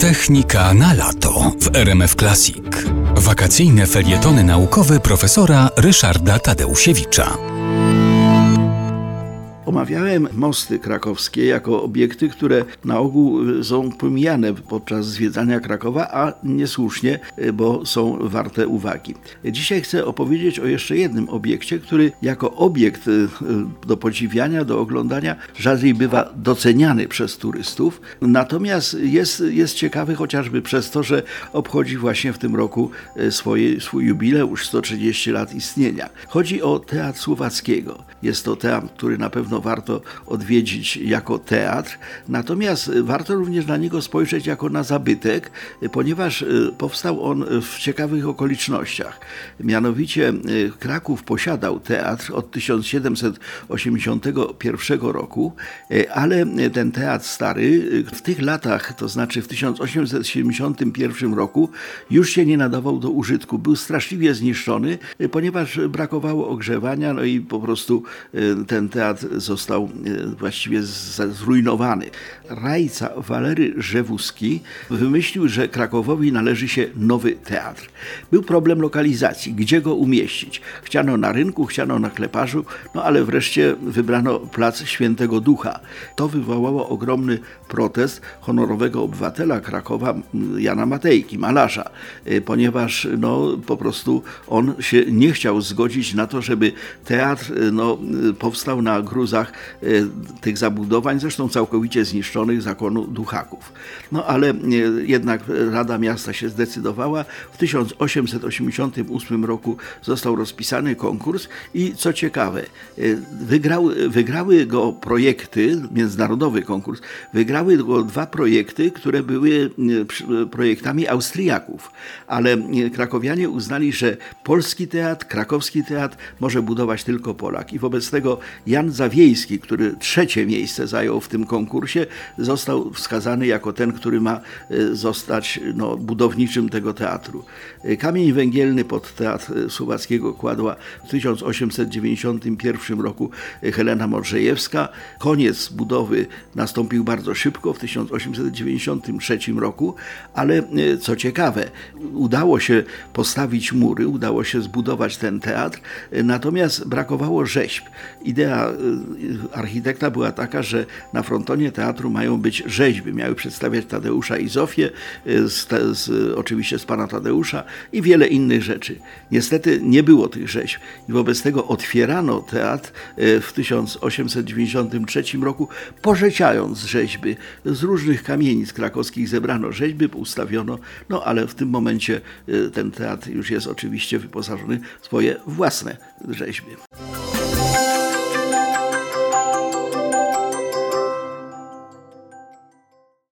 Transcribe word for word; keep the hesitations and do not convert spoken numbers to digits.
Technika na lato w R M F Classic. Wakacyjne felietony naukowe profesora Ryszarda Tadeusiewicza. Omawiałem mosty krakowskie jako obiekty, które na ogół są pomijane podczas zwiedzania Krakowa, a niesłusznie, bo są warte uwagi. Dzisiaj chcę opowiedzieć o jeszcze jednym obiekcie, który jako obiekt do podziwiania, do oglądania rzadziej bywa doceniany przez turystów, natomiast jest, jest ciekawy chociażby przez to, że obchodzi właśnie w tym roku swoje, swój jubileusz, sto trzydzieści lat istnienia. Chodzi o Teatr Słowackiego. Jest to teatr, który na pewno warto odwiedzić jako teatr, natomiast warto również na niego spojrzeć jako na zabytek, ponieważ powstał on w ciekawych okolicznościach. Mianowicie Kraków posiadał teatr od tysiąc siedemset osiemdziesiątego pierwszego roku, ale ten teatr stary w tych latach, to znaczy w tysiąc osiemset siedemdziesiątym pierwszym roku, już się nie nadawał do użytku. Był straszliwie zniszczony, ponieważ brakowało ogrzewania, no i po prostu ten teatr został właściwie zrujnowany. Rajca Walery Rzewuski wymyślił, że Krakowowi należy się nowy teatr. Był problem lokalizacji, gdzie go umieścić. Chciano na rynku, chciano na Kleparzu, no ale wreszcie wybrano plac Świętego Ducha. To wywołało ogromny protest honorowego obywatela Krakowa, Jana Matejki, malarza, ponieważ no, po prostu on się nie chciał zgodzić na to, żeby teatr no, powstał na gruzach tych zabudowań, zresztą całkowicie zniszczonych, zakonu Duchaków. No ale jednak Rada Miasta się zdecydowała. W tysiąc osiemset osiemdziesiątym ósmym roku został rozpisany konkurs i co ciekawe, wygrały, wygrały go projekty, międzynarodowy konkurs, wygrały go dwa projekty, które były projektami Austriaków, ale krakowianie uznali, że polski teatr, krakowski teatr może budować tylko Polak i wobec tego Jan Zawiejski, który trzecie miejsce zajął w tym konkursie, został wskazany jako ten, który ma zostać no, budowniczym tego teatru. Kamień węgielny pod Teatr Słowackiego kładła w tysiąc osiemset dziewięćdziesiątym pierwszym roku Helena Modrzejewska. Koniec budowy nastąpił bardzo szybko, w tysiąc osiemset dziewięćdziesiątym trzecim roku, ale co ciekawe, udało się postawić mury, udało się zbudować ten teatr, natomiast brakowało rzeźb. Idea architekta była taka, że na frontonie teatru mają być rzeźby, miały przedstawiać Tadeusza i Zofię, z, z, oczywiście z pana Tadeusza i wiele innych rzeczy. Niestety nie było tych rzeźb i wobec tego otwierano teatr w tysiąc osiemset dziewięćdziesiątym trzecim roku, pożyczając rzeźby. Z różnych kamienic krakowskich zebrano rzeźby, ustawiono, no ale w tym momencie ten teatr już jest oczywiście wyposażony w swoje własne rzeźby.